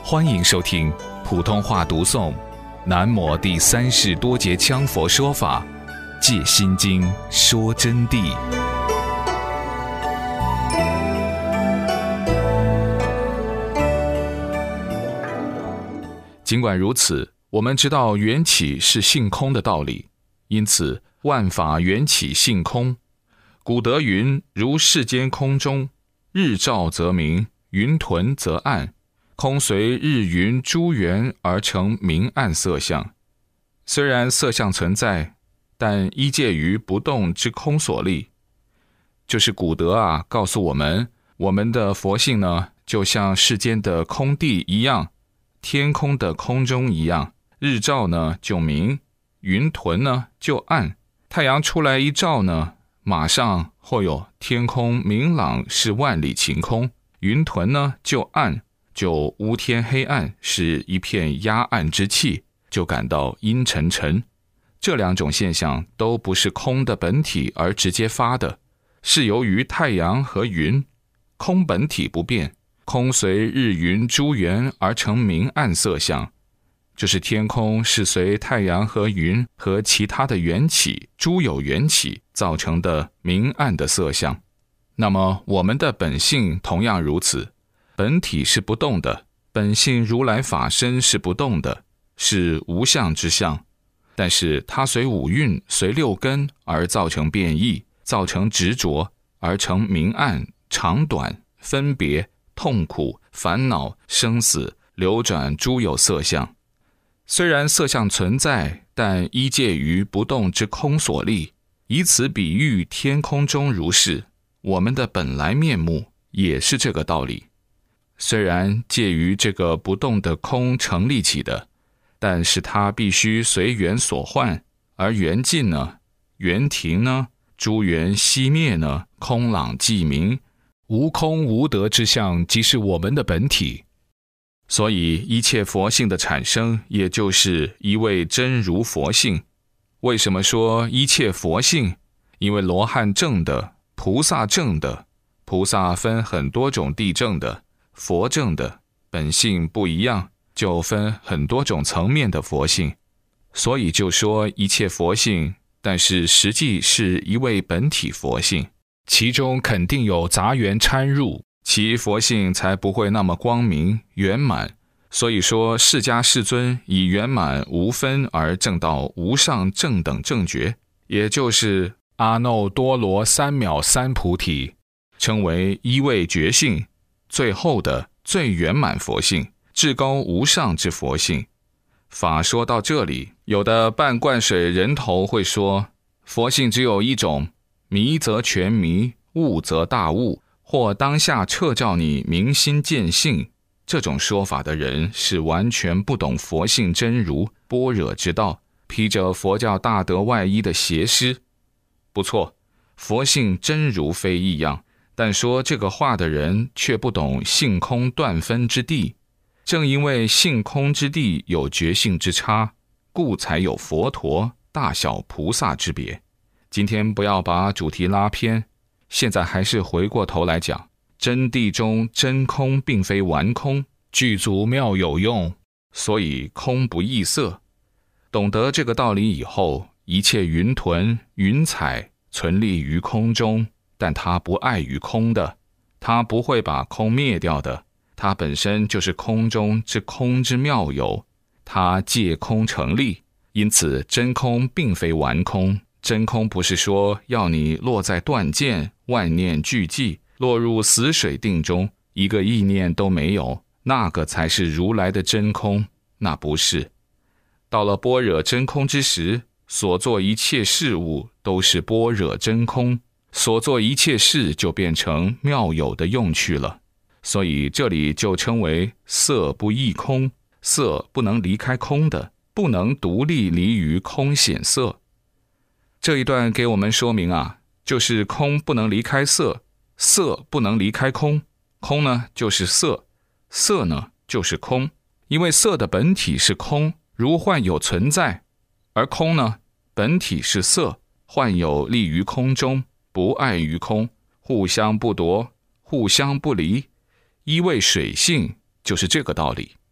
欢迎收听普通话读诵南摩第三世多杰羌佛说法戒心经说真谛。尽管如此，我们知道缘起是性空的道理，因此万法缘起性空。古德云：如世间空中，日照则明，云屯则暗，空随日云诸缘而成明暗色相。虽然色相存在，但依借于不动之空所立。就是古德告诉我们，我们的佛性呢，就像世间的空地一样，天空的空中一样，日照呢就明，云屯呢就暗，太阳出来一照呢，马上或有天空明朗是万里晴空，云屯呢就暗，就乌天黑暗，是一片压暗之气，就感到阴沉沉。这两种现象都不是空的本体而直接发的，是由于太阳和云，空本体不变，空随日云诸缘而成明暗色相。就是天空是随太阳和云和其他的缘起，诸有缘起造成的明暗的色相。那么我们的本性同样如此，本体是不动的，本性如来法身是不动的，是无相之相，但是它随五蕴随六根而造成变异，造成执着，而成明暗长短分别痛苦烦恼生死流转诸有色相。虽然色相存在，但依借于不动之空所立，以此比喻天空中如是，我们的本来面目也是这个道理。虽然介于这个不动的空成立起的，但是它必须随缘所换，而缘尽呢，缘停呢，诸缘熄灭呢，空朗寂明，无空无得之相即是我们的本体。所以一切佛性的产生，也就是一位真如佛性。为什么说一切佛性？因为罗汉证的、菩萨证的，菩萨分很多种地证的，佛证的本性不一样，就分很多种层面的佛性。所以就说一切佛性，但是实际是一位本体佛性，其中肯定有杂缘掺入，其佛性才不会那么光明圆满。所以说释迦世尊以圆满无分而证到无上正等正觉，也就是阿耨多罗三藐三菩提，称为一位觉性，最后的最圆满佛性，至高无上之佛性。法说到这里，有的半灌水人头会说，佛性只有一种，迷则全迷，悟则大悟，或当下彻照你明心见性。这种说法的人是完全不懂佛性真如般若之道，披着佛教大德外衣的邪师。不错，佛性真如非异样，但说这个话的人却不懂性空断分之地。正因为性空之地有觉性之差，故才有佛陀大小菩萨之别。今天不要把主题拉偏，现在还是回过头来讲，真谛中真空并非顽空，具足妙有用，所以空不异色。懂得这个道理以后，一切云屯云彩存立于空中，但它不碍于空的，它不会把空灭掉的，它本身就是空中之空之妙有，它借空成立。因此真空并非顽空，真空不是说要你落在断见万念俱寂，落入死水定中，一个意念都没有，那个才是如来的真空，那不是。到了般若真空之时，所做一切事物都是般若真空，所做一切事就变成妙有的用去了。所以这里就称为色不异空，色不能离开空的，不能独立离于空显色。这一段给我们说明就是空不能离开色，色不能离开空，空呢就是色，色呢就是空。因为色的本体是空，如幻有存在，而空呢本体是色，幻有立于空中，不碍于空，互相不夺，互相不离。一味水性就是这个道理。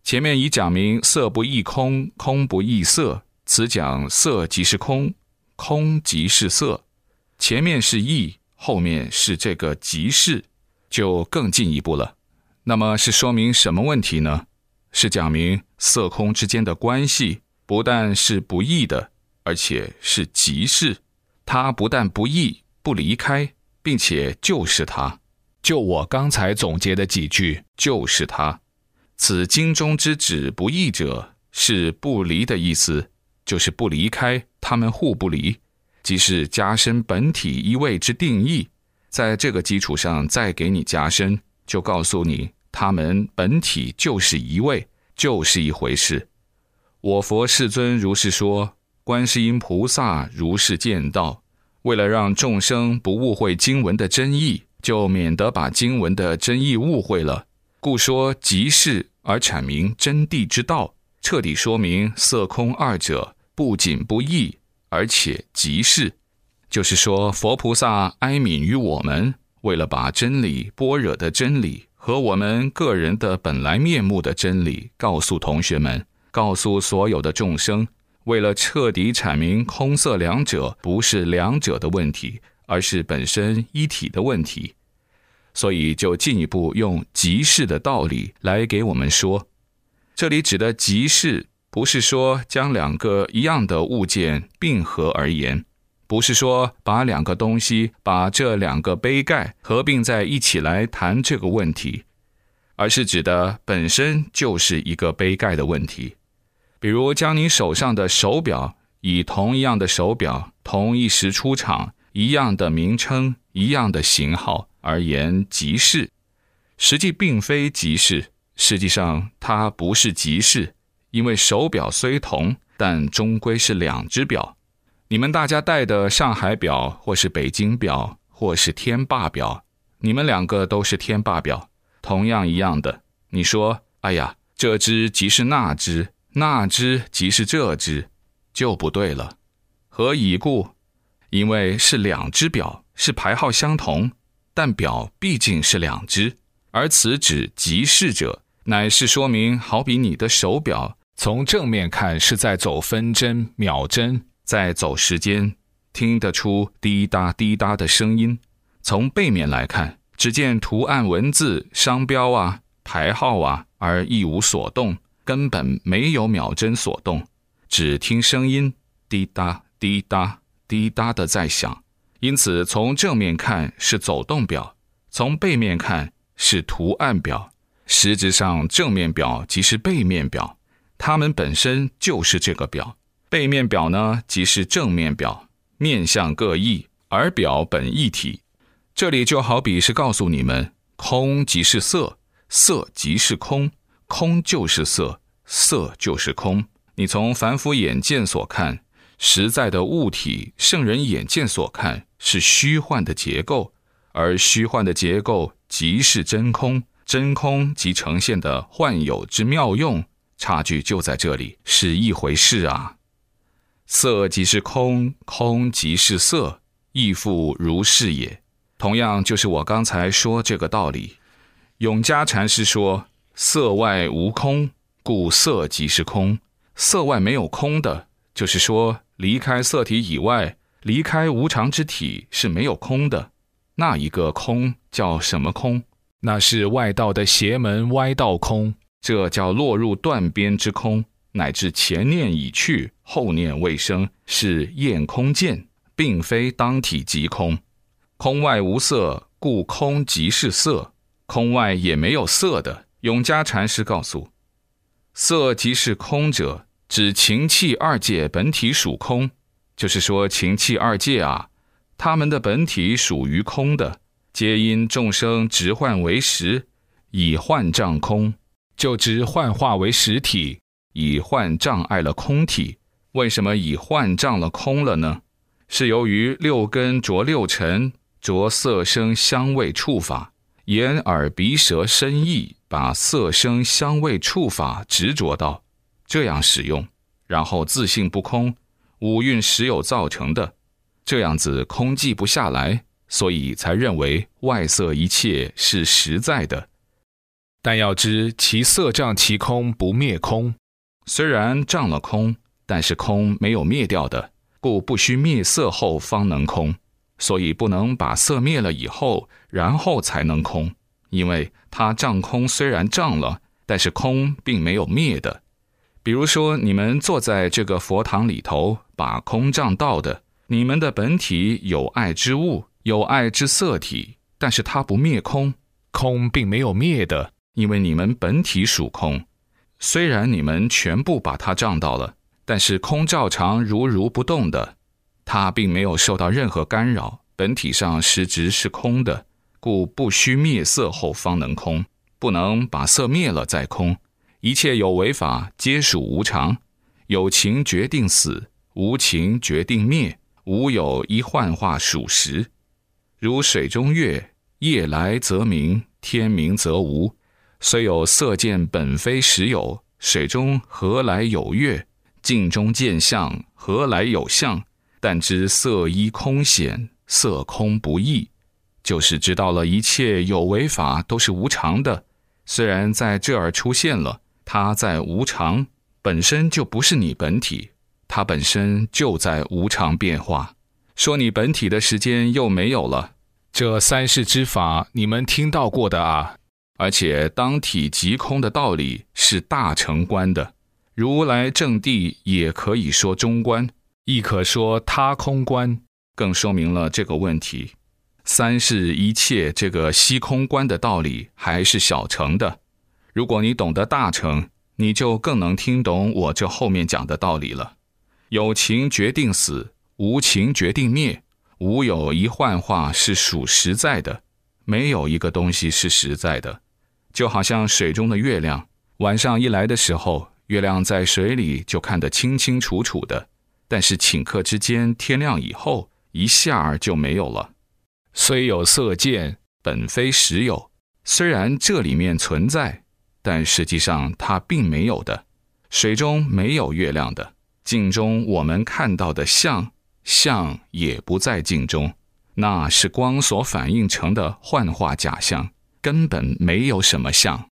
前面已讲明色不异空，空不异色，此讲色即是空，空即是色。前面是异，后面是这个即是，就更进一步了。那么是说明什么问题呢？是讲明色空之间的关系不但是不异的，而且是即是。它不但不异，不离开，并且就是它。就我刚才总结的几句，就是它。此经中之指不异者，是不离的意思，就是不离开，它们互不离，即是加深本体一位之定义。在这个基础上再给你加深，就告诉你它们本体就是一位，就是一回事。我佛世尊如是说，观世音菩萨如是见道。为了让众生不误会经文的真意，就免得把经文的真意误会了，故说即是而阐明真谛之道，彻底说明色空二者不仅不异，而且即是。就是说佛菩萨哀悯于我们，为了把真理般若的真理和我们个人的本来面目的真理告诉同学们，告诉所有的众生，为了彻底阐明空色两者不是两者的问题，而是本身一体的问题，所以就进一步用即是的道理来给我们说。这里指的即是，不是说将两个一样的物件并合而言，不是说把两个东西，把这两个杯盖合并在一起来谈这个问题，而是指的本身就是一个杯盖的问题。比如将你手上的手表，以同一样的手表，同一时出厂，一样的名称，一样的型号而言即是，实际并非即是，实际上它不是即是，因为手表虽同，但终归是两只表。你们大家戴的上海表，或是北京表，或是天霸表，你们两个都是天霸表，同样一样的。你说，哎呀，这只即是那只，那只即是这只，就不对了。何以故？因为是两只表，是牌号相同，但表毕竟是两只，而此指即是者，乃是说明好比你的手表，从正面看是在走分针、秒针，在走时间，听得出滴答滴答的声音。从背面来看，只见图案文字、商标啊、牌号啊，而一无所动，根本没有秒针所动，只听声音滴答滴答滴答的在响。因此从正面看是走动表，从背面看是图案表。实质上正面表即是背面表，它们本身就是这个表。背面表呢，即是正面表，面向各异，而表本一体。这里就好比是告诉你们，空即是色，色即是空，空就是色，色就是空。你从凡夫眼见所看，实在的物体，圣人眼见所看是虚幻的结构，而虚幻的结构即是真空，真空即呈现的幻有之妙用，差距就在这里，是一回事啊。色即是空，空即是色，亦复如是也。同样就是我刚才说这个道理。永嘉禅师说，色外无空，故色即是空。色外没有空的，就是说离开色体以外，离开无常之体是没有空的。那一个空叫什么空？那是外道的邪门歪道空，这叫落入断边之空，乃至前念已去，后念未生，是厌空见，并非当体即空。空外无色，故空即是色，空外也没有色的。永嘉禅师告诉，色即是空者，指情气二界本体属空，就是说情气二界啊，它们的本体属于空的，皆因众生执幻为实，以幻障空，就知幻化为实体，以幻障碍了空体。为什么以幻障了空了呢？是由于六根着六尘，着色声香味触法，眼耳鼻舌身意，把色声香味触法执着到，这样使用，然后自性不空，五蕴实有造成的，这样子空寂不下来，所以才认为外色一切是实在的。 但要知其色障其空，不灭空。虽然障了空，但是空没有灭掉的，故不须灭色后方能空。所以不能把色灭了以后，然后才能空。因为它障空虽然障了，但是空并没有灭的。比如说你们坐在这个佛堂里头，把空障到的，你们的本体有爱之物，有爱之色体，但是它不灭空，空并没有灭的，因为你们本体属空。虽然你们全部把它障到了，但是空照常如不动的，它并没有受到任何干扰，本体上实质是空的，故不须灭色后方能空，不能把色灭了再空。一切有为法皆属无常，有情决定死，无情决定灭，无有一幻化属实。如水中月，夜来则明，天明则无。虽有色见本非实有，水中何来有月？镜中见相，何来有相？但知色依空显，色空不异。就是知道了一切有为法都是无常的，虽然在这儿出现了，它在无常，本身就不是你本体，它本身就在无常变化。说你本体的时间又没有了，这三世之法你们听到过的啊。而且当体即空的道理是大成观的，如来正谛也可以说中观，亦可说他空观，更说明了这个问题。三世一切这个虚空观的道理还是小成的，如果你懂得大成，你就更能听懂我这后面讲的道理了。有情决定死，无情决定灭，无有一幻化是属实在的，没有一个东西是实在的。就好像水中的月亮，晚上一来的时候，月亮在水里就看得清清楚楚的，但是顷刻之间天亮以后，一下就没有了。虽有色见，本非实有，虽然这里面存在，但实际上它并没有的。水中没有月亮的，镜中我们看到的相也不在镜中，那是光所反映成的幻化假象，根本没有什么相。